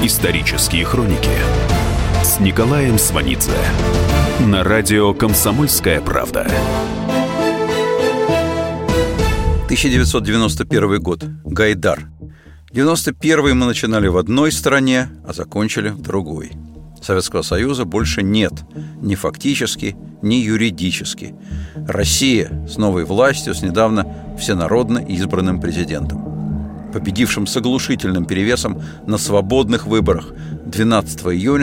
Исторические хроники с Николаем Сванидзе на радио «Комсомольская правда». 1991 год. Гайдар. 91-й мы начинали в одной стране, а закончили в другой. Советского Союза больше нет ни фактически, ни юридически. Россия с новой властью, с недавно всенародно избранным президентом, победившим с оглушительным перевесом на свободных выборах 12 июня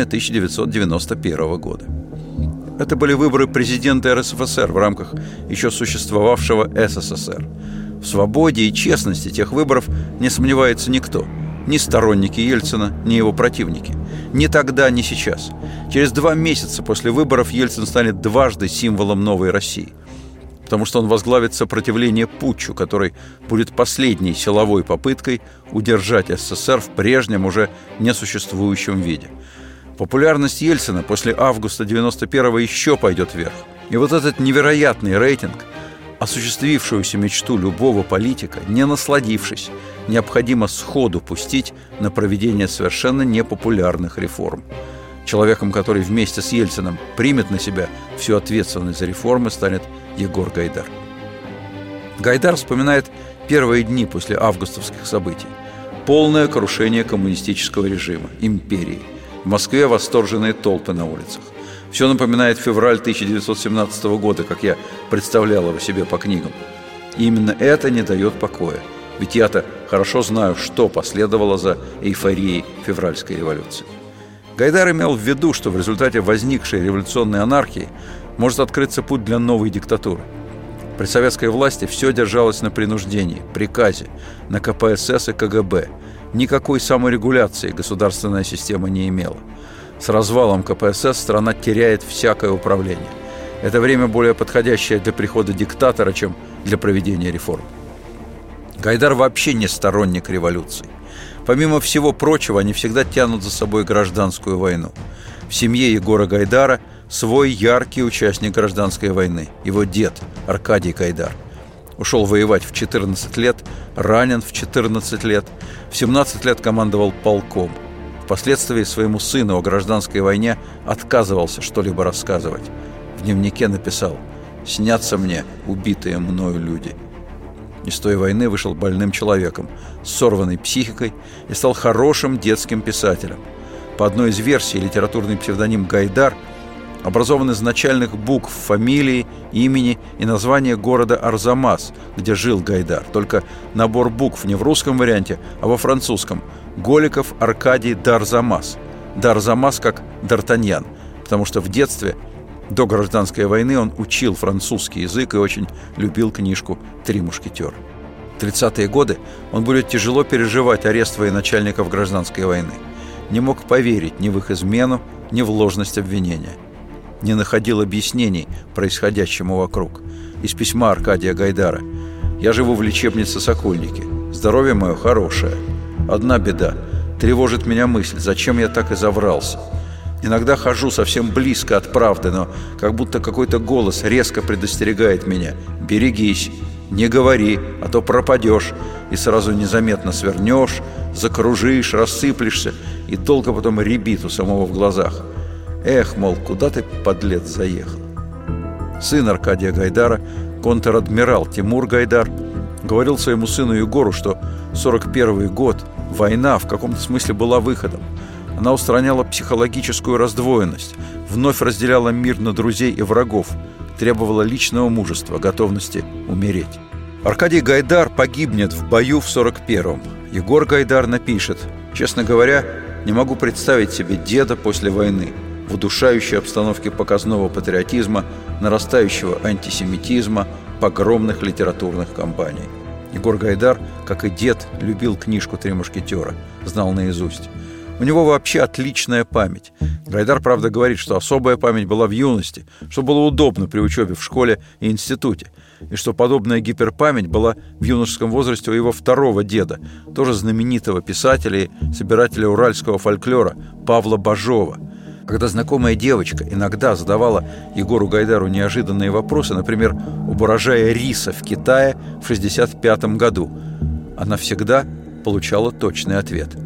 1991 года. Это были выборы президента РСФСР в рамках еще существовавшего СССР. В свободе и честности тех выборов не сомневается никто. Ни сторонники Ельцина, ни его противники. Ни тогда, ни сейчас. Через 2 месяца после выборов Ельцин станет дважды символом новой России. Потому что он возглавит сопротивление путчу, который будет последней силовой попыткой удержать СССР в прежнем, уже несуществующем виде. Популярность Ельцина после августа 91-го еще пойдет вверх. И вот этот невероятный рейтинг, осуществившуюся мечту любого политика, не насладившись, необходимо сходу пустить на проведение совершенно непопулярных реформ. Человеком, который вместе с Ельциным примет на себя всю ответственность за реформы, станет Егор Гайдар. Гайдар вспоминает первые дни после августовских событий. Полное крушение коммунистического режима, империи. В Москве восторженные толпы на улицах. Все напоминает февраль 1917 года, как я представлял его себе по книгам. И именно это не дает покоя. Ведь я-то хорошо знаю, что последовало за эйфорией февральской революции. Гайдар имел в виду, что в результате возникшей революционной анархии может открыться путь для новой диктатуры. При советской власти все держалось на принуждении, приказе, на КПСС и КГБ. Никакой саморегуляции государственная система не имела. С развалом КПСС страна теряет всякое управление. Это время более подходящее для прихода диктатора, чем для проведения реформ. Гайдар вообще не сторонник революции. Помимо всего прочего, они всегда тянут за собой гражданскую войну. В семье Егора Гайдара свой яркий участник гражданской войны. Его дед Аркадий Гайдар. Ушел воевать в 14 лет, ранен в 14 лет, в 17 лет командовал полком. Впоследствии своему сыну о гражданской войне отказывался что-либо рассказывать. В дневнике написал: «Снятся мне убитые мною люди». Из той войны вышел больным человеком, с сорванной психикой, и стал хорошим детским писателем. По одной из версий, литературный псевдоним Гайдар образован из начальных букв фамилии, имени и названия города Арзамас, где жил Гайдар. Только набор букв не в русском варианте, а во французском. Голиков Аркадий Дарзамас. Дарзамас как Д'Артаньян, потому что в детстве, до гражданской войны, он учил французский язык и очень любил книжку «Три мушкетера». В 30-е годы он будет тяжело переживать арест военачальников гражданской войны. Не мог поверить ни в их измену, ни в ложность обвинения. Не находил объяснений происходящему вокруг. Из письма Аркадия Гайдара: «Я живу в лечебнице Сокольники. Здоровье мое хорошее. Одна беда. Тревожит меня мысль, зачем я так изоврался. Иногда хожу совсем близко от правды, но как будто какой-то голос резко предостерегает меня: берегись, не говори, а то пропадешь, и сразу незаметно свернешь, закружишь, рассыплешься, и долго потом рябит у самого в глазах. Эх, мол, куда ты, подлец, заехал?» Сын Аркадия Гайдара, контр-адмирал Тимур Гайдар, говорил своему сыну Егору, что 41-й год, война в каком-то смысле была выходом. Она устраняла психологическую раздвоенность, вновь разделяла мир на друзей и врагов, требовала личного мужества, готовности умереть. Аркадий Гайдар погибнет в бою в 41-м. Егор Гайдар напишет: «Честно говоря, не могу представить себе деда после войны, в удушающей обстановке показного патриотизма, нарастающего антисемитизма, погромных литературных кампаний». Егор Гайдар, как и дед, любил книжку «Три мушкетера», знал наизусть. У него вообще отличная память. Гайдар, правда, говорит, что особая память была в юности, что было удобно при учебе в школе и институте, и что подобная гиперпамять была в юношеском возрасте у его второго деда, тоже знаменитого писателя и собирателя уральского фольклора Павла Бажова. Когда знакомая девочка иногда задавала Егору Гайдару неожиданные вопросы, например, об урожае риса в Китае в 1965 году, она всегда получала точный ответ.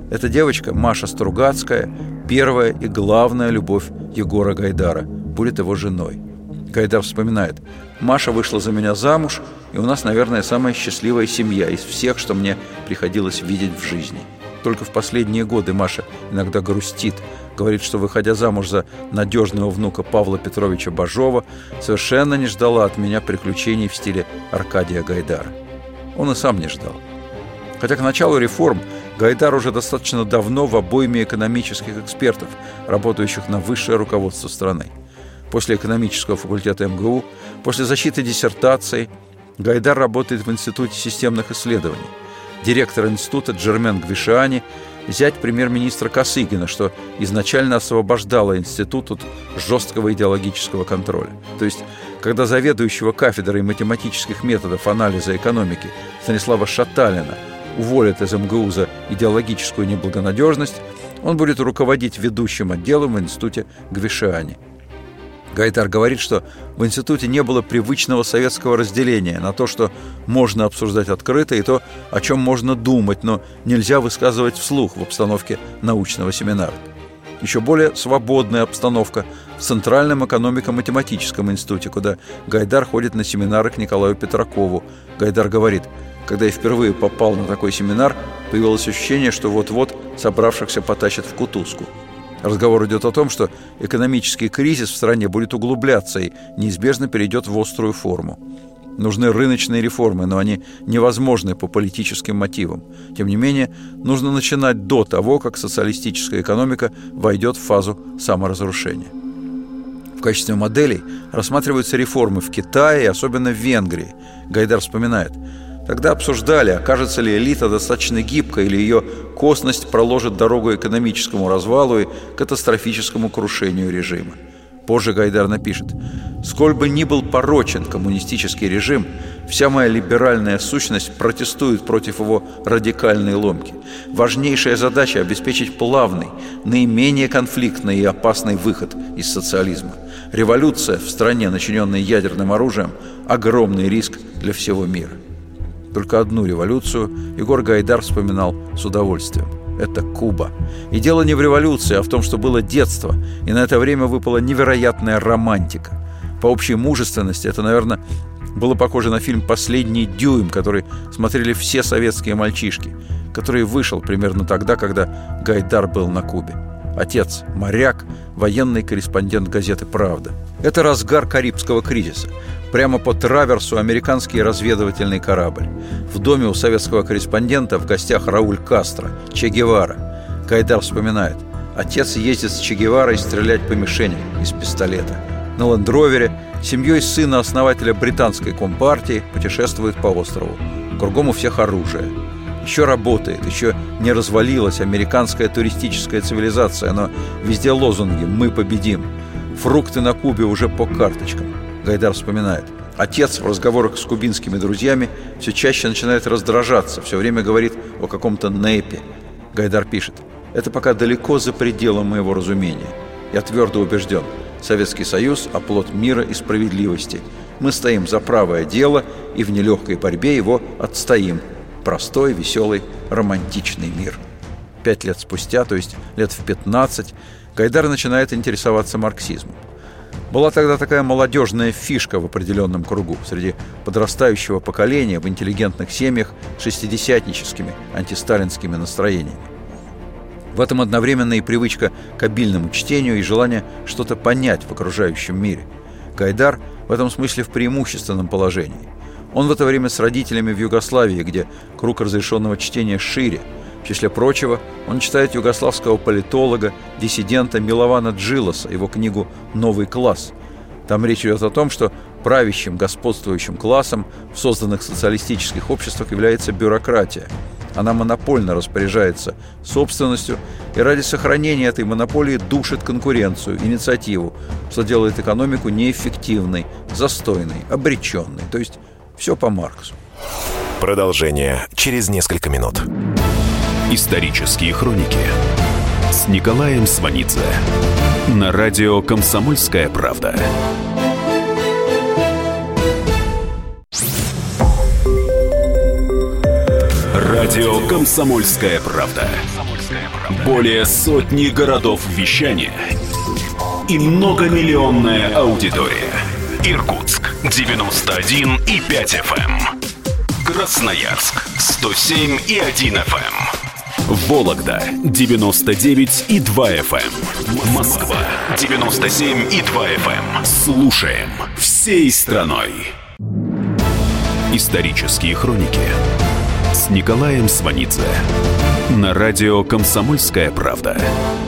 Эта девочка, Маша Стругацкая, первая и главная любовь Егора Гайдара, будет его женой. Гайдар вспоминает: «Маша вышла за меня замуж, и у нас, наверное, самая счастливая семья из всех, что мне приходилось видеть в жизни. Только в последние годы Маша иногда грустит, говорит, что, выходя замуж за надежного внука Павла Петровича Бажова, совершенно не ждала от меня приключений в стиле Аркадия Гайдара». Он и сам не ждал. Хотя к началу реформ Гайдар уже достаточно давно в обойме экономических экспертов, работающих на высшее руководство страны. После экономического факультета МГУ, после защиты диссертации, Гайдар работает в Институте системных исследований. Директор института Джермен Гвишиани – зять премьер-министра Косыгина, что изначально освобождало институт от жесткого идеологического контроля. То есть, когда заведующего кафедрой математических методов анализа экономики Станислава Шаталина уволят из МГУ за идеологическую неблагонадежность, он будет руководить ведущим отделом в институте Гвишиани. Гайдар говорит, что в институте не было привычного советского разделения на то, что можно обсуждать открыто, и то, о чем можно думать, но нельзя высказывать вслух в обстановке научного семинара. Еще более свободная обстановка в Центральном экономико-математическом институте, куда Гайдар ходит на семинары к Николаю Петракову. Гайдар говорит: «Когда я впервые попал на такой семинар, появилось ощущение, что вот-вот собравшихся потащат в кутузку». Разговор идет о том, что экономический кризис в стране будет углубляться и неизбежно перейдет в острую форму. Нужны рыночные реформы, но они невозможны по политическим мотивам. Тем не менее, нужно начинать до того, как социалистическая экономика войдет в фазу саморазрушения. В качестве моделей рассматриваются реформы в Китае и особенно в Венгрии. Гайдар вспоминает: «Тогда обсуждали, окажется ли элита достаточно гибкой, или ее косность проложит дорогу экономическому развалу и катастрофическому крушению режима». Позже Гайдар напишет: «Сколь бы ни был порочен коммунистический режим, вся моя либеральная сущность протестует против его радикальной ломки. Важнейшая задача – обеспечить плавный, наименее конфликтный и опасный выход из социализма. Революция в стране, начиненной ядерным оружием – огромный риск для всего мира». Только одну революцию Егор Гайдар вспоминал с удовольствием. Это Куба. И дело не в революции, а в том, что было детство, и на это время выпала невероятная романтика. По общей мужественности это, наверное, было похоже на фильм «Последний дюйм», который смотрели все советские мальчишки, который вышел примерно тогда, когда Гайдар был на Кубе. Отец – моряк, военный корреспондент газеты «Правда». Это разгар Карибского кризиса. Прямо по траверсу американский разведывательный корабль. В доме у советского корреспондента в гостях Рауль Кастро, Че Гевара. Гайдар вспоминает: «Отец ездит с Че Геварой стрелять по мишеням из пистолета. На лендровере семьей сына основателя британской компартии путешествует по острову. Кругом у всех оружие. Еще работает, еще не развалилась американская туристическая цивилизация, но везде лозунги «Мы победим». Фрукты на Кубе уже по карточкам». Гайдар вспоминает: «Отец в разговорах с кубинскими друзьями все чаще начинает раздражаться, все время говорит о каком-то НЭПе». Гайдар пишет: «Это пока далеко за пределом моего разумения. Я твердо убежден, Советский Союз – оплот мира и справедливости. Мы стоим за правое дело и в нелегкой борьбе его отстоим. Простой, веселый, романтичный мир». 5 лет спустя, то есть лет в 15, Гайдар начинает интересоваться марксизмом. Была тогда такая молодежная фишка в определенном кругу среди подрастающего поколения в интеллигентных семьях с шестидесятническими антисталинскими настроениями. В этом одновременно и привычка к обильному чтению, и желание что-то понять в окружающем мире. Гайдар в этом смысле в преимущественном положении. Он в это время с родителями в Югославии, где круг разрешенного чтения шире. В числе прочего, он читает югославского политолога, диссидента Милована Джилоса, его книгу «Новый класс». Там речь идет о том, что правящим, господствующим классом в созданных социалистических обществах является бюрократия. Она монопольно распоряжается собственностью и ради сохранения этой монополии душит конкуренцию, инициативу, что делает экономику неэффективной, застойной, обреченной. То есть все по Марксу. Продолжение через несколько минут. Исторические хроники с Николаем Сванидзе на радио «Комсомольская правда». Радио «Комсомольская правда». Более сотни городов вещания и многомиллионная аудитория. Иркутск 91,5 FM. Красноярск 107,1 FM. Вологда 99,2 FM. Москва 97,2 FM. Слушаем всей страной. Исторические хроники с Николаем Сванидзе на радио «Комсомольская правда».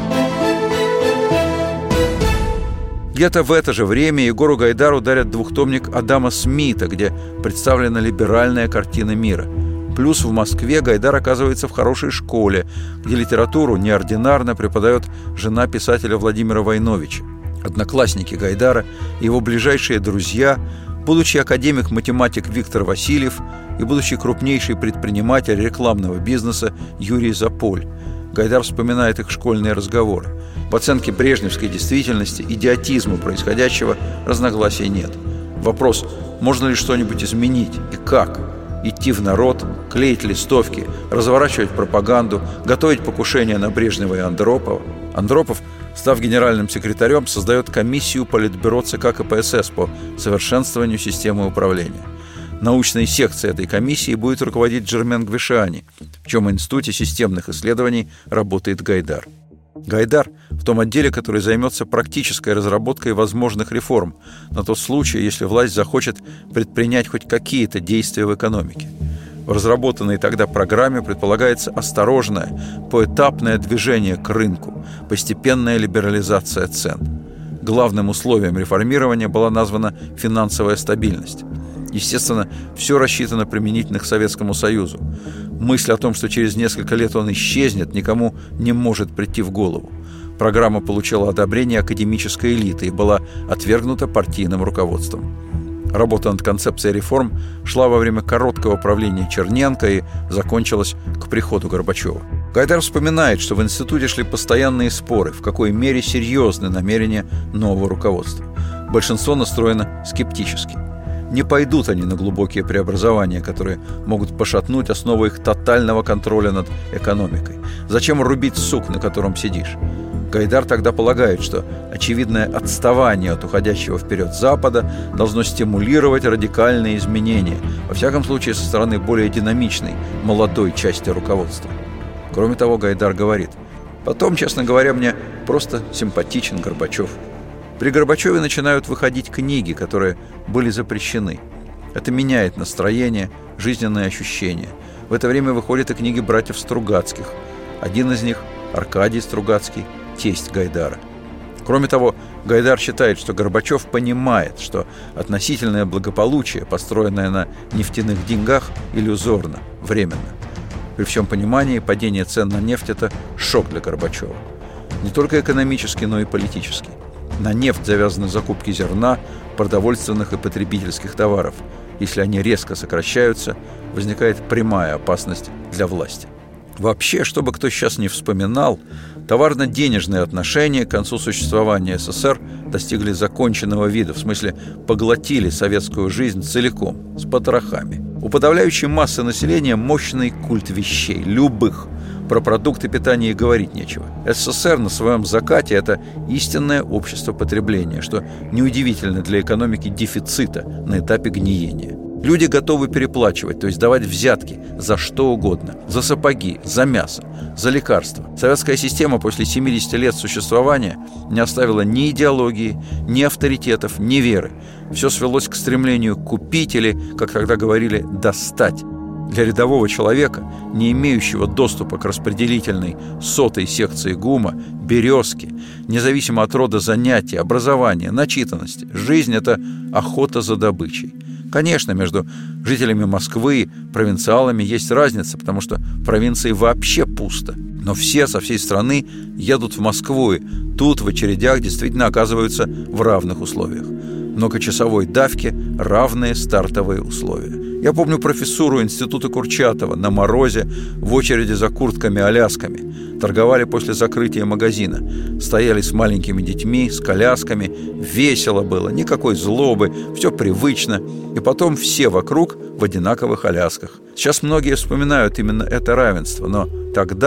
Где-то в это же время Егору Гайдару дарят двухтомник Адама Смита, где представлена либеральная картина мира. Плюс в Москве Гайдар оказывается в хорошей школе, где литературу неординарно преподает жена писателя Владимира Войновича. Одноклассники Гайдара и его ближайшие друзья, будущий академик-математик Виктор Васильев и будущий крупнейший предприниматель рекламного бизнеса Юрий Заполь. Гайдар вспоминает их школьные разговоры. В оценке брежневской действительности, идиотизму происходящего разногласий нет. Вопрос, можно ли что-нибудь изменить и как? Идти в народ, клеить листовки, разворачивать пропаганду, готовить покушения на Брежнева и Андропова. Андропов, став генеральным секретарем, создает комиссию Политбюро ЦК КПСС по совершенствованию системы управления. Научной секцией этой комиссии будет руководить Джермен Гвишани, в чем Институте системных исследований работает Гайдар. Гайдар в том отделе, который займется практической разработкой возможных реформ на тот случай, если власть захочет предпринять хоть какие-то действия в экономике. В разработанной тогда программе предполагается осторожное, поэтапное движение к рынку, постепенная либерализация цен. Главным условием реформирования была названа финансовая стабильность. Естественно, все рассчитано применительно к Советскому Союзу. Мысль о том, что через несколько лет он исчезнет, никому не может прийти в голову. Программа получила одобрение академической элиты и была отвергнута партийным руководством. Работа над концепцией реформ шла во время короткого правления Черненко и закончилась к приходу Горбачева. Гайдар вспоминает, что в институте шли постоянные споры, в какой мере серьезны намерения нового руководства. Большинство настроено скептически. Не пойдут они на глубокие преобразования, которые могут пошатнуть основу их тотального контроля над экономикой. Зачем рубить сук, на котором сидишь? Гайдар тогда полагает, что очевидное отставание от уходящего вперед Запада должно стимулировать радикальные изменения, во всяком случае со стороны более динамичной, молодой части руководства. Кроме того, Гайдар говорит: «Потом, честно говоря, мне просто симпатичен Горбачев». При Горбачеве начинают выходить книги, которые были запрещены. Это меняет настроение, жизненные ощущения. В это время выходят и книги братьев Стругацких. Один из них – Аркадий Стругацкий, тесть Гайдара. Кроме того, Гайдар считает, что Горбачев понимает, что относительное благополучие, построенное на нефтяных деньгах, иллюзорно, временно. При всем понимании, падение цен на нефть – это шок для Горбачева. Не только экономический, но и политический. На нефть завязаны закупки зерна, продовольственных и потребительских товаров. Если они резко сокращаются, возникает прямая опасность для власти. Вообще, что бы кто сейчас не вспоминал, товарно-денежные отношения к концу существования СССР достигли законченного вида, в смысле поглотили советскую жизнь целиком, с потрохами. У подавляющей массы населения мощный культ вещей, любых. Про продукты питания и говорить нечего. СССР на своем закате – это истинное общество потребления, что неудивительно для экономики дефицита на этапе гниения. Люди готовы переплачивать, то есть давать взятки за что угодно. За сапоги, за мясо, за лекарства. Советская система после 70 лет существования не оставила ни идеологии, ни авторитетов, ни веры. Все свелось к стремлению купить или, как тогда говорили, достать. Для рядового человека, не имеющего доступа к распределительной сотой секции ГУМа, березки, независимо от рода занятий, образования, начитанности, жизнь – это охота за добычей. Конечно, между жителями Москвы и провинциалами есть разница, потому что в провинции вообще пусто. Но все со всей страны едут в Москву, и тут в очередях действительно оказываются в равных условиях. Многочасовой давке равные стартовые условия. Я помню профессуру Института Курчатова на морозе в очереди за куртками-алясками. Торговали после закрытия магазина. Стояли с маленькими детьми, с колясками. Весело было, никакой злобы, все привычно. И потом все вокруг в одинаковых алясках. Сейчас многие вспоминают именно это равенство, но тогда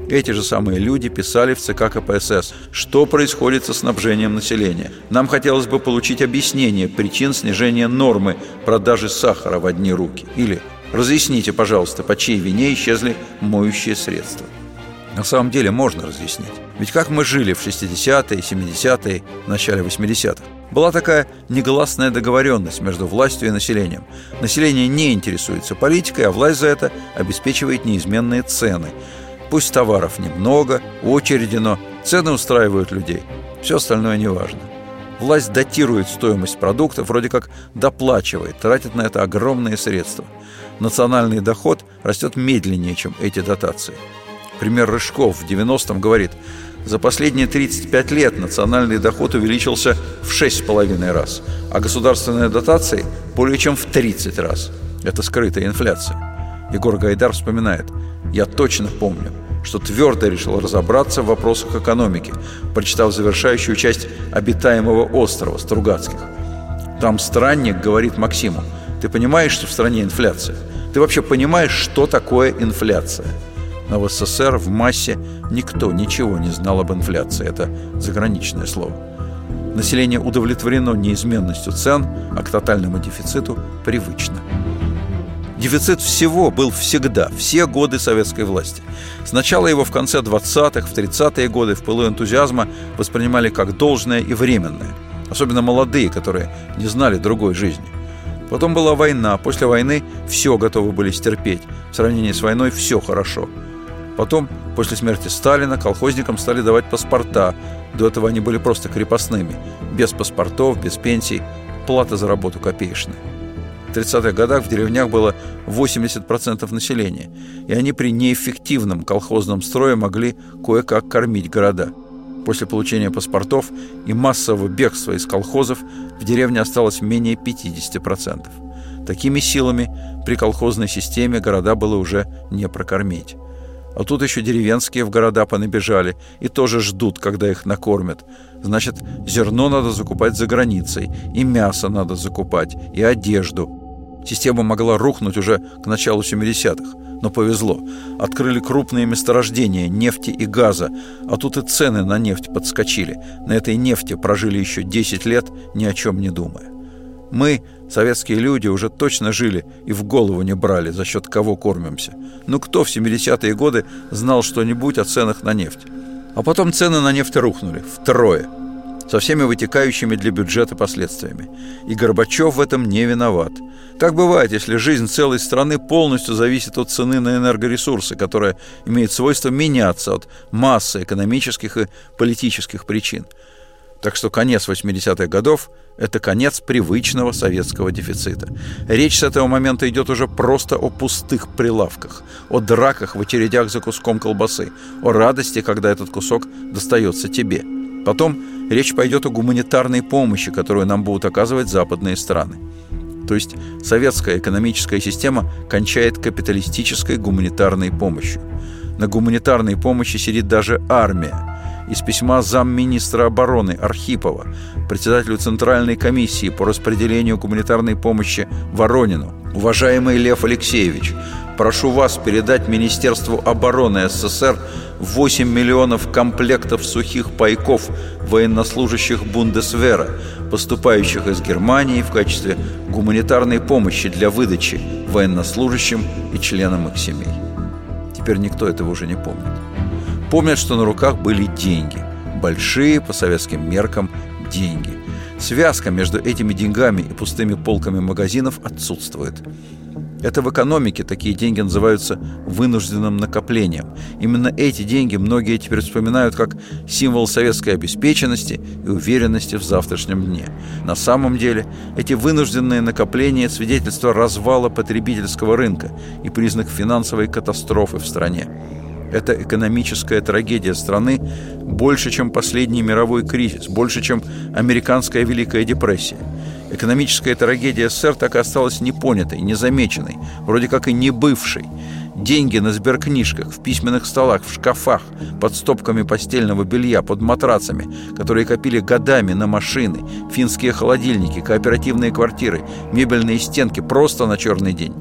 Эти же самые люди писали в ЦК КПСС, что происходит со снабжением населения. Нам хотелось бы получить объяснение причин снижения нормы продажи сахара в одни руки. Или разъясните, пожалуйста, по чьей вине исчезли моющие средства. На самом деле можно разъяснить. Ведь как мы жили в 60-е, 70-е, в начале 80-х? Была такая негласная договоренность между властью и населением. Население не интересуется политикой, а власть за это обеспечивает неизменные цены. Пусть товаров немного, очереди, но цены устраивают людей. Все остальное не важно. Власть датирует стоимость продуктов, вроде как доплачивает, тратит на это огромные средства. Национальный доход растет медленнее, чем эти дотации. Пример Рыжков в 90-м говорит: за последние 35 лет национальный доход увеличился в 6,5 раз, а государственные дотации более чем в 30 раз. Это скрытая инфляция. Егор Гайдар вспоминает: «Я точно помню, что твердо решил разобраться в вопросах экономики, прочитав завершающую часть «Обитаемого острова» Стругацких. Там странник говорит Максиму: ты понимаешь, что в стране инфляция? Ты вообще понимаешь, что такое инфляция?» Но в СССР в массе никто ничего не знал об инфляции. Это заграничное слово. Население удовлетворено неизменностью цен, а к тотальному дефициту привычно. Дефицит всего был всегда, все годы советской власти. Сначала его в конце 20-х, в 30-е годы в пылу энтузиазма воспринимали как должное и временное. Особенно молодые, которые не знали другой жизни. Потом была война. После войны все готовы были стерпеть. В сравнении с войной все хорошо. Потом, после смерти Сталина, колхозникам стали давать паспорта. До этого они были просто крепостными. Без паспортов, без пенсий. Плата за работу копеечная. В 30-х годах в деревнях было 80% населения. И они при неэффективном колхозном строе могли кое-как кормить города. После получения паспортов и массового бегства из колхозов в деревне осталось менее 50%. Такими силами при колхозной системе города было уже не прокормить. А тут еще деревенские в города понабежали и тоже ждут, когда их накормят. Значит, зерно надо закупать за границей, и мясо надо закупать, и одежду. Система могла рухнуть уже к началу 70-х, но повезло. Открыли крупные месторождения нефти и газа, а тут и цены на нефть подскочили. На этой нефти прожили еще 10 лет, ни о чем не думая. Мы, советские люди, уже точно жили и в голову не брали, за счет кого кормимся. Ну кто в 70-е годы знал что-нибудь о ценах на нефть? А потом цены на нефть рухнули втрое, со всеми вытекающими для бюджета последствиями. И Горбачев в этом не виноват. Так бывает, если жизнь целой страны полностью зависит от цены на энергоресурсы, которая имеет свойство меняться от массы экономических и политических причин. Так что конец 80-х годов – это конец привычного советского дефицита. Речь с этого момента идет уже просто о пустых прилавках, о драках в очередях за куском колбасы, о радости, когда этот кусок достается тебе. Потом речь пойдет о гуманитарной помощи, которую нам будут оказывать западные страны. То есть советская экономическая система кончает капиталистической гуманитарной помощью. На гуманитарной помощи сидит даже армия. Из письма замминистра обороны Архипова председателю Центральной комиссии по распределению гуманитарной помощи Воронину: уважаемый Лев Алексеевич, прошу вас передать Министерству обороны СССР 8 миллионов комплектов сухих пайков военнослужащих Бундесвера, поступающих из Германии в качестве гуманитарной помощи для выдачи военнослужащим и членам их семей. Теперь никто этого уже не помнит. Помнят, что на руках были деньги. Большие, по советским меркам, деньги. Связка между этими деньгами и пустыми полками магазинов отсутствует. Это в экономике такие деньги называются вынужденным накоплением. Именно эти деньги многие теперь вспоминают как символ советской обеспеченности и уверенности в завтрашнем дне. На самом деле эти вынужденные накопления – свидетельство развала потребительского рынка и признак финансовой катастрофы в стране. Это экономическая трагедия страны больше, чем последний мировой кризис, больше, чем американская Великая депрессия. Экономическая трагедия СССР так и осталась непонятой, незамеченной, вроде как и не бывшей. Деньги на сберкнижках, в письменных столах, в шкафах, под стопками постельного белья, под матрацами, которые копили годами на машины, финские холодильники, кооперативные квартиры, мебельные стенки просто на черный день.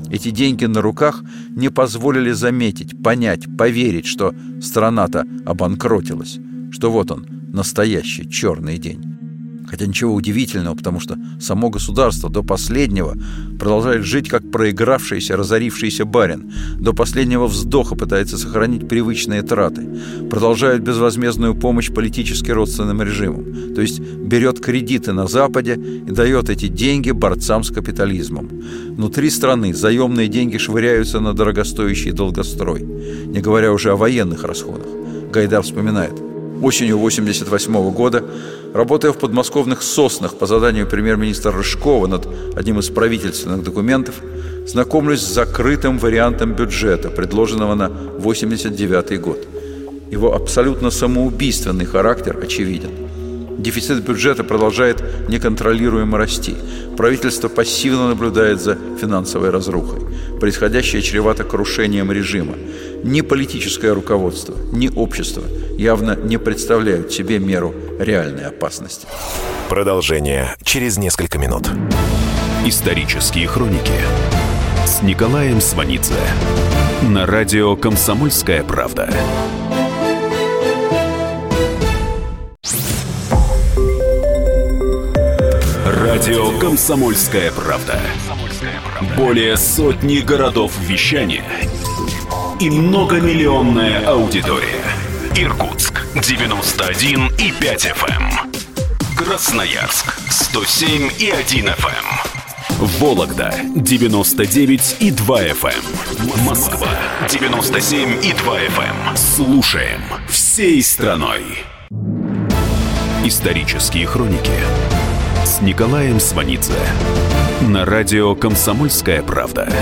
Эти деньги на руках не позволили заметить, понять, поверить, что страна-то обанкротилась, что вот он, настоящий черный день. Хотя ничего удивительного, потому что само государство до последнего продолжает жить как проигравшийся, разорившийся барин, до последнего вздоха пытается сохранить привычные траты, продолжает безвозмездную помощь политически родственным режимам, то есть берет кредиты на Западе и дает эти деньги борцам с капитализмом. Внутри страны заемные деньги швыряются на дорогостоящий долгострой, не говоря уже о военных расходах. Гайдар вспоминает: осенью 1988 года, работая в подмосковных Соснах по заданию премьер-министра Рыжкова над одним из правительственных документов, знакомлюсь с закрытым вариантом бюджета, предложенного на 1989 год. Его абсолютно самоубийственный характер очевиден. Дефицит бюджета продолжает неконтролируемо расти. Правительство пассивно наблюдает за финансовой разрухой. Происходящее чревато крушением режима. Ни политическое руководство, ни общество явно не представляют себе меру реальной опасности. Продолжение через несколько минут. Исторические хроники с Николаем Сванидзе на радио «Комсомольская правда». Радио «Комсомольская правда». Более сотни городов вещания и многомиллионная аудитория. Иркутск 91,5 FM. Красноярск 107,1 FM. Вологда 99,2 FM. Москва 97,2 FM. Слушаем всей страной. Исторические хроники с Николаем Сванидзе на радио «Комсомольская правда».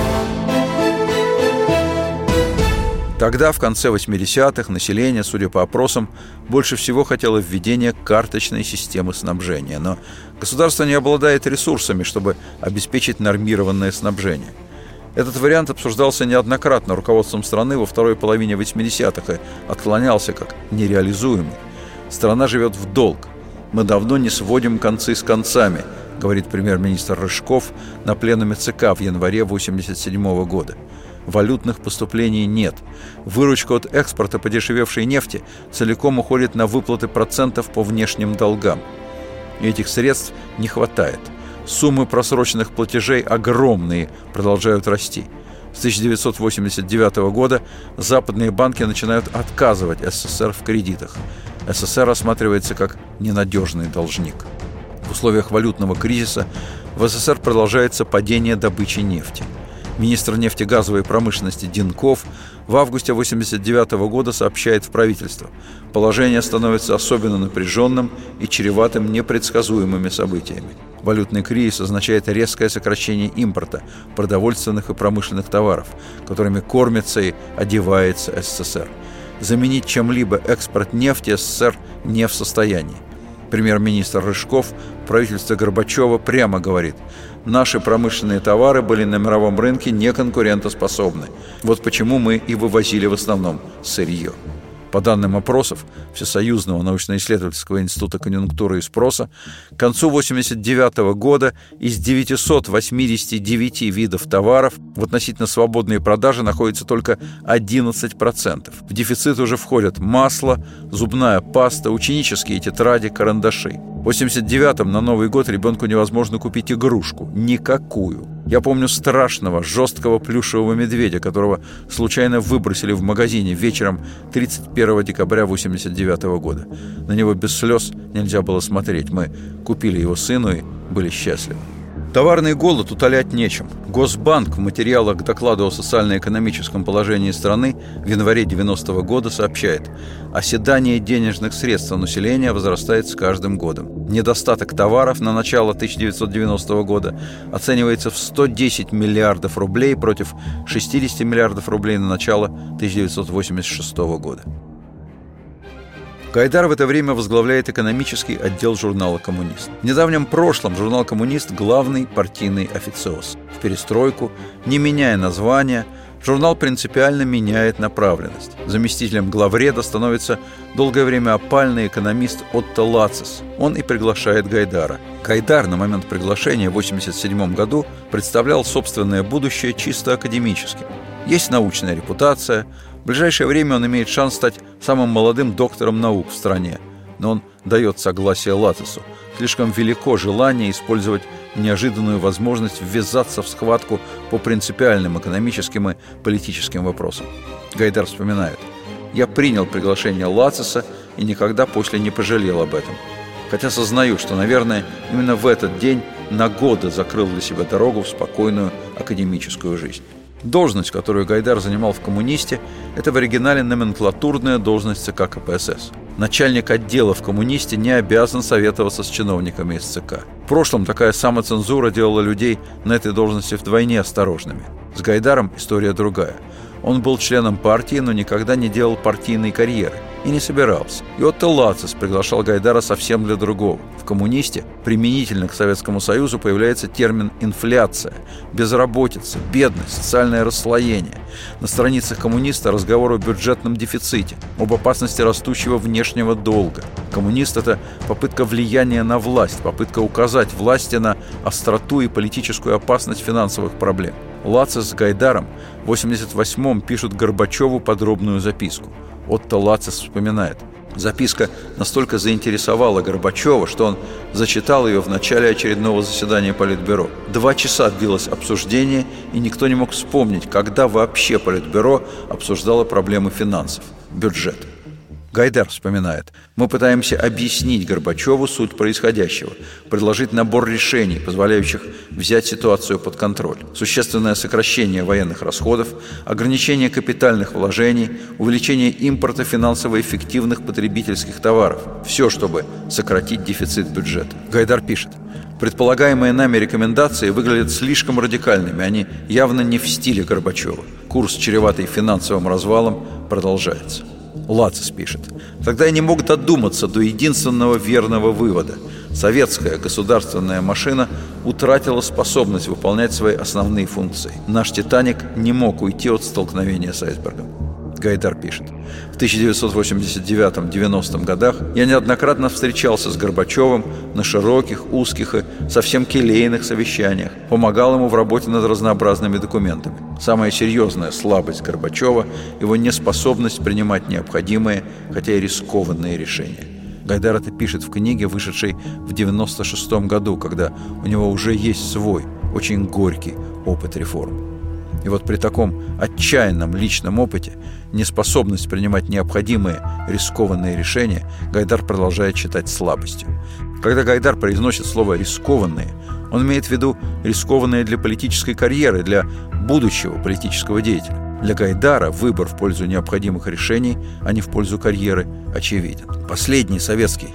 Тогда, в конце 80-х, население, судя по опросам, больше всего хотело введения карточной системы снабжения. Но государство не обладает ресурсами, чтобы обеспечить нормированное снабжение. Этот вариант обсуждался неоднократно руководством страны во второй половине 80-х и отклонялся как нереализуемый. Страна живет в долг. «Мы давно не сводим концы с концами», говорит премьер-министр Рыжков на пленуме ЦК в январе 1987 года. Валютных поступлений нет. Выручка от экспорта подешевевшей нефти целиком уходит на выплаты процентов по внешним долгам. И этих средств не хватает. Суммы просроченных платежей огромные, продолжают расти. С 1989 года западные банки начинают отказывать СССР в кредитах. СССР рассматривается как ненадежный должник. В условиях валютного кризиса в СССР продолжается падение добычи нефти. Министр нефтегазовой промышленности Динков в августе 1989 года сообщает в правительство: положение становится особенно напряженным и чреватым непредсказуемыми событиями. Валютный кризис означает резкое сокращение импорта продовольственных и промышленных товаров, которыми кормится и одевается СССР. Заменить чем-либо экспорт нефти СССР не в состоянии. Премьер-министр Рыжков в правительстве Горбачева прямо говорит: наши промышленные товары были на мировом рынке неконкурентоспособны. Вот почему мы и вывозили в основном сырье. По данным опросов Всесоюзного научно-исследовательского института конъюнктуры и спроса, к концу 1989 года из 989 видов товаров в относительно свободной продаже находится только 11%. В дефицит уже входят масло, зубная паста, ученические тетради, карандаши. В 1989-м на Новый год ребенку невозможно купить игрушку. Никакую. Я помню страшного, жесткого плюшевого медведя, которого случайно выбросили в магазине вечером 31 декабря 1989 года. На него без слез нельзя было смотреть. Мы купили его сыну и были счастливы. Товарный голод утолять нечем. Госбанк в материалах к докладу о социально-экономическом положении страны в январе 1990 года сообщает: оседание денежных средств населения возрастает с каждым годом. Недостаток товаров на начало 1990 года оценивается в 110 миллиардов рублей против 60 миллиардов рублей на начало 1986 года. Гайдар в это время возглавляет экономический отдел журнала «Коммунист». В недавнем прошлом журнал «Коммунист» – главный партийный официоз. В перестройку, не меняя названия, Журнал принципиально меняет направленность. Заместителем главреда становится долгое время опальный экономист Отто Лацис. Он и приглашает Гайдара. Гайдар на момент приглашения в 1987 году представлял собственное будущее чисто академическим. Есть научная репутация. В ближайшее время он имеет шанс стать самым молодым доктором наук в стране. Но он дает согласие Лацису. Слишком велико желание использовать неожиданную возможность ввязаться в схватку по принципиальным экономическим и политическим вопросам. Гайдар вспоминает: «Я принял приглашение Лациса и никогда после не пожалел об этом. Хотя сознаю, что, наверное, именно в этот день на годы закрыл для себя дорогу в спокойную академическую жизнь». Должность, которую Гайдар занимал в «Коммунисте», это в оригинале номенклатурная должность ЦК КПСС. Начальник отдела в «Коммунисте» не обязан советоваться с чиновниками из ЦК. В прошлом такая самоцензура делала людей на этой должности вдвойне осторожными. С Гайдаром история другая. Он был членом партии, но никогда не делал партийной карьеры и не собирался. И Отто Лацис приглашал Гайдара совсем для другого. В «Коммунисте» применительно к Советскому Союзу появляется термин «инфляция», безработица, бедность, социальное расслоение. На страницах «Коммуниста» разговор о бюджетном дефиците, об опасности растущего внешнего долга. «Коммунист» — это попытка влияния на власть, попытка указать власти на остроту и политическую опасность финансовых проблем. Лацис с Гайдаром в 1988-м пишут Горбачеву подробную записку. Отто Лацис вспоминает: записка настолько заинтересовала Горбачева, что он зачитал ее в начале очередного заседания Политбюро. 2 часа длилось обсуждение, и никто не мог вспомнить, когда вообще Политбюро обсуждало проблемы финансов, бюджета. Гайдар вспоминает: мы пытаемся объяснить Горбачеву суть происходящего, предложить набор решений, позволяющих взять ситуацию под контроль. Существенное сокращение военных расходов, ограничение капитальных вложений, увеличение импорта финансово эффективных потребительских товаров. Все, чтобы сократить дефицит бюджета. Гайдар пишет: предполагаемые нами рекомендации выглядят слишком радикальными, они явно не в стиле Горбачева. Курс, чреватый финансовым развалом, продолжается. Лацис пишет: «Тогда я не мог додуматься до единственного верного вывода. Советская государственная машина утратила способность выполнять свои основные функции. Наш «Титаник» не мог уйти от столкновения с айсбергом». Гайдар пишет: в 1989-90 годах я неоднократно встречался с Горбачевым на широких, узких и совсем келейных совещаниях, помогал ему в работе над разнообразными документами. Самая серьезная слабость Горбачева – его неспособность принимать необходимые, хотя и рискованные решения. Гайдар это пишет в книге, вышедшей в 1996 году, когда у него уже есть свой, очень горький опыт реформ. И вот при таком отчаянном личном опыте неспособность принимать необходимые рискованные решения Гайдар продолжает считать слабостью. Когда Гайдар произносит слово «рискованные», он имеет в виду рискованные для политической карьеры, для будущего политического деятеля. Для Гайдара выбор в пользу необходимых решений, а не в пользу карьеры, очевиден. Последний советский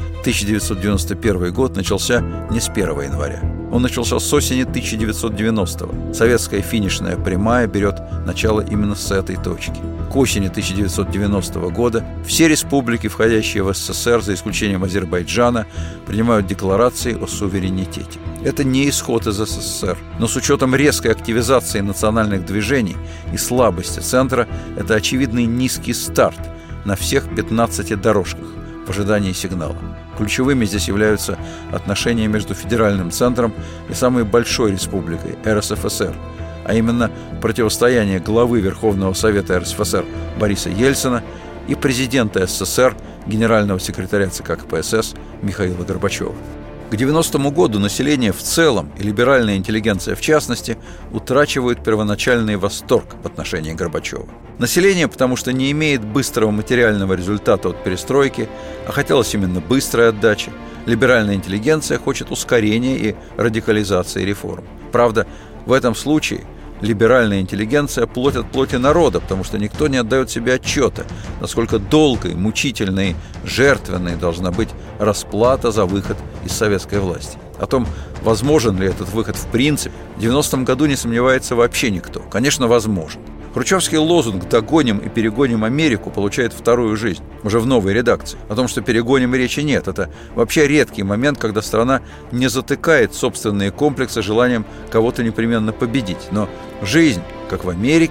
1991 год начался не с 1 января. Он начался с осени 1990-го. Советская финишная прямая берет начало именно с этой точки. К осени 1990 года все республики, входящие в СССР, за исключением Азербайджана, принимают декларации о суверенитете. Это не исход из СССР, но с учетом резкой активизации национальных движений и слабости центра, это очевидный низкий старт на всех 15 дорожках в ожидании сигнала. Ключевыми здесь являются отношения между федеральным центром и самой большой республикой РСФСР, а именно противостояние главы Верховного Совета РСФСР Бориса Ельцина и президента СССР, генерального секретаря ЦК КПСС Михаила Горбачева. К 90-му году население в целом и либеральная интеллигенция в частности утрачивают первоначальный восторг в отношении Горбачева. Население, потому что не имеет быстрого материального результата от перестройки, а хотелось именно быстрой отдачи. Либеральная интеллигенция хочет ускорения и радикализации реформ. Правда, в этом случае либеральная интеллигенция плоть от плоти народа, потому что никто не отдает себе отчета, насколько долгой, мучительной и жертвенной должна быть расплата за выход из советской власти. О том, возможен ли этот выход в принципе, в 90-м году не сомневается вообще никто. Конечно, возможен. Хрущевский лозунг «Догоним и перегоним Америку» получает вторую жизнь, уже в новой редакции. О том, что перегоним, речи нет. Это вообще редкий момент, когда страна не затыкает собственные комплексы желанием кого-то непременно победить. Но жизнь, как в Америке,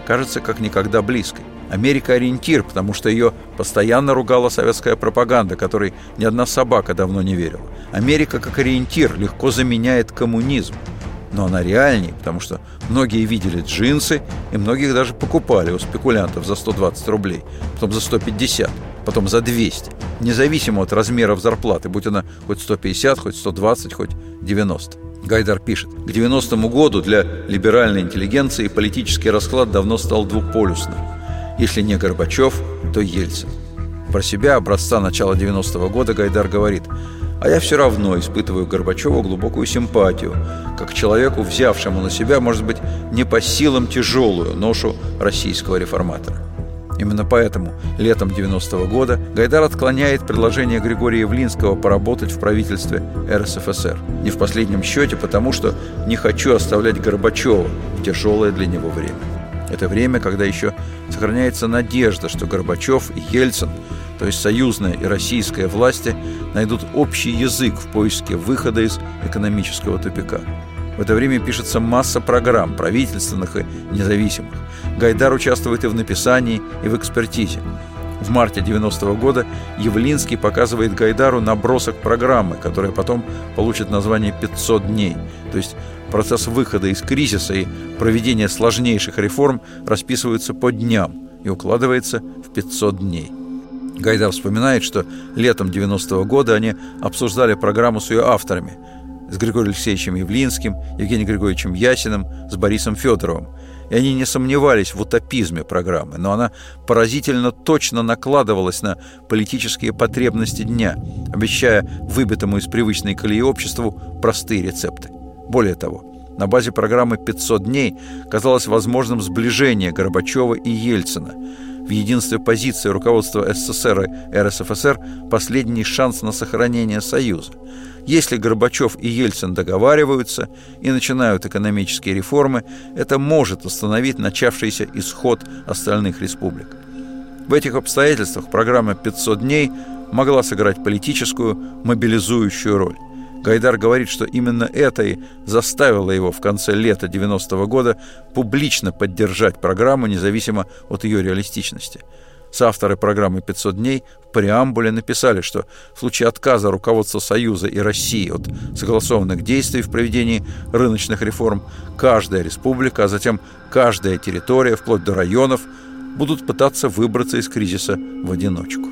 кажется как никогда близкой. Америка – ориентир, потому что ее постоянно ругала советская пропаганда, которой ни одна собака давно не верила. Америка как ориентир легко заменяет коммунизм. Но она реальнее, потому что многие видели джинсы, и многих даже покупали у спекулянтов за 120 рублей, потом за 150, потом за 200, независимо от размеров зарплаты, будь она хоть 150, хоть 120, хоть 90. Гайдар пишет: к 90-му году для либеральной интеллигенции политический расклад давно стал двуполюсным. Если не Горбачев, то Ельцин. Про себя, образца начала 90-го года, Гайдар говорит: «А я все равно испытываю к Горбачеву глубокую симпатию, как человеку, взявшему на себя, может быть, не по силам тяжелую ношу российского реформатора». Именно поэтому летом 90-го года Гайдар отклоняет предложение Григория Явлинского поработать в правительстве РСФСР. Не в последнем счете потому, что не хочу оставлять Горбачева в тяжелое для него время. Это время, когда еще сохраняется надежда, что Горбачев и Ельцин, то есть союзная и российская власти, найдут общий язык в поиске выхода из экономического тупика. В это время пишется масса программ, правительственных и независимых. Гайдар участвует и в написании, и в экспертизе. В марте 90-го года Явлинский показывает Гайдару набросок программы, которая потом получит название «500 дней», то есть процесс выхода из кризиса и проведения сложнейших реформ расписываются по дням и укладывается в 500 дней. Гайдар вспоминает, что летом 90-го года они обсуждали программу с ее авторами, с Григорием Алексеевичем Явлинским, Евгением Григорьевичем Ясиным, с Борисом Федоровым. И они не сомневались в утопизме программы, но она поразительно точно накладывалась на политические потребности дня, обещая выбитому из привычной колеи обществу простые рецепты. Более того, на базе программы «500 дней» казалось возможным сближение Горбачева и Ельцина. В единстве позиции руководства СССР и РСФСР последний шанс на сохранение Союза. Если Горбачев и Ельцин договариваются и начинают экономические реформы, это может остановить начавшийся исход остальных республик. В этих обстоятельствах программа «500 дней» могла сыграть политическую, мобилизующую роль. Гайдар говорит, что именно это и заставило его в конце лета 90-го года публично поддержать программу, независимо от ее реалистичности. Соавторы программы «500 дней» в преамбуле написали, что в случае отказа руководства Союза и России от согласованных действий в проведении рыночных реформ, каждая республика, а затем каждая территория, вплоть до районов, будут пытаться выбраться из кризиса в одиночку.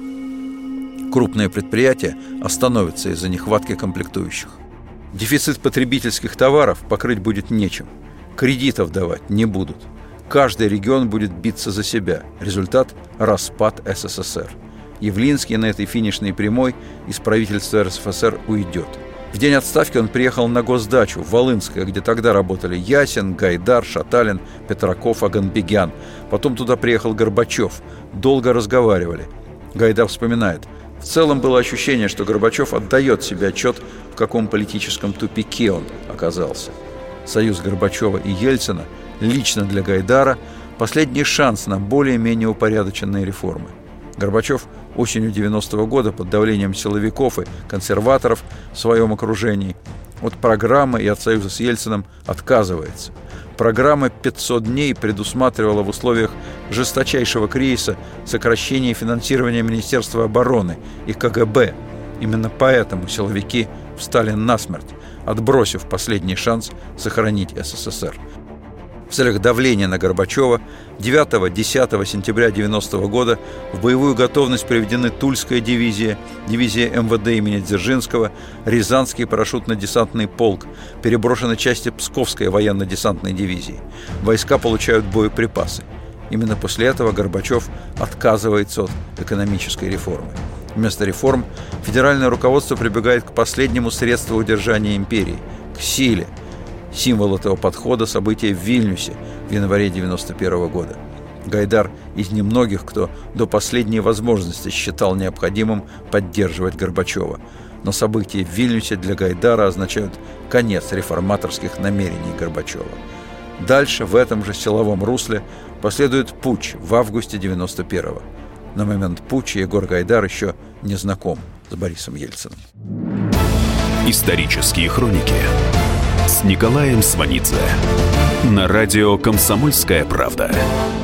Крупные предприятия остановятся из-за нехватки комплектующих. Дефицит потребительских товаров покрыть будет нечем. Кредитов давать не будут. Каждый регион будет биться за себя. Результат – распад СССР. Явлинский на этой финишной прямой из правительства РСФСР уйдет. В день отставки он приехал на госдачу в Волынское, где тогда работали Ясин, Гайдар, Шаталин, Петраков, Аганбегян. Потом туда приехал Горбачев. Долго разговаривали. Гайдар вспоминает: в целом было ощущение, что Горбачев отдает себе отчет, в каком политическом тупике он оказался. Союз Горбачева и Ельцина лично для Гайдара последний шанс на более-менее упорядоченные реформы. Горбачев осенью 90-го года под давлением силовиков и консерваторов в своем окружении от программы и от союза с Ельциным отказывается. Программа «500 дней» предусматривала в условиях жесточайшего кризиса сокращение финансирования Министерства обороны и КГБ. Именно поэтому силовики встали насмерть, отбросив последний шанс сохранить СССР. В целях давления на Горбачева 9-10 сентября 90-го года в боевую готовность приведены Тульская дивизия, дивизия МВД имени Дзержинского, Рязанский парашютно-десантный полк, переброшены части Псковской военно-десантной дивизии. Войска получают боеприпасы. Именно после этого Горбачев отказывается от экономической реформы. Вместо реформ федеральное руководство прибегает к последнему средству удержания империи – к силе. Символ этого подхода – события в Вильнюсе в январе 1991 года. Гайдар из немногих, кто до последней возможности считал необходимым поддерживать Горбачева. Но события в Вильнюсе для Гайдара означают конец реформаторских намерений Горбачева. Дальше, в этом же силовом русле, последует путч в августе 1991-го. На момент путча Егор Гайдар еще не знаком с Борисом Ельциным. Исторические хроники с Николаем Сванидзе на радио «Комсомольская правда».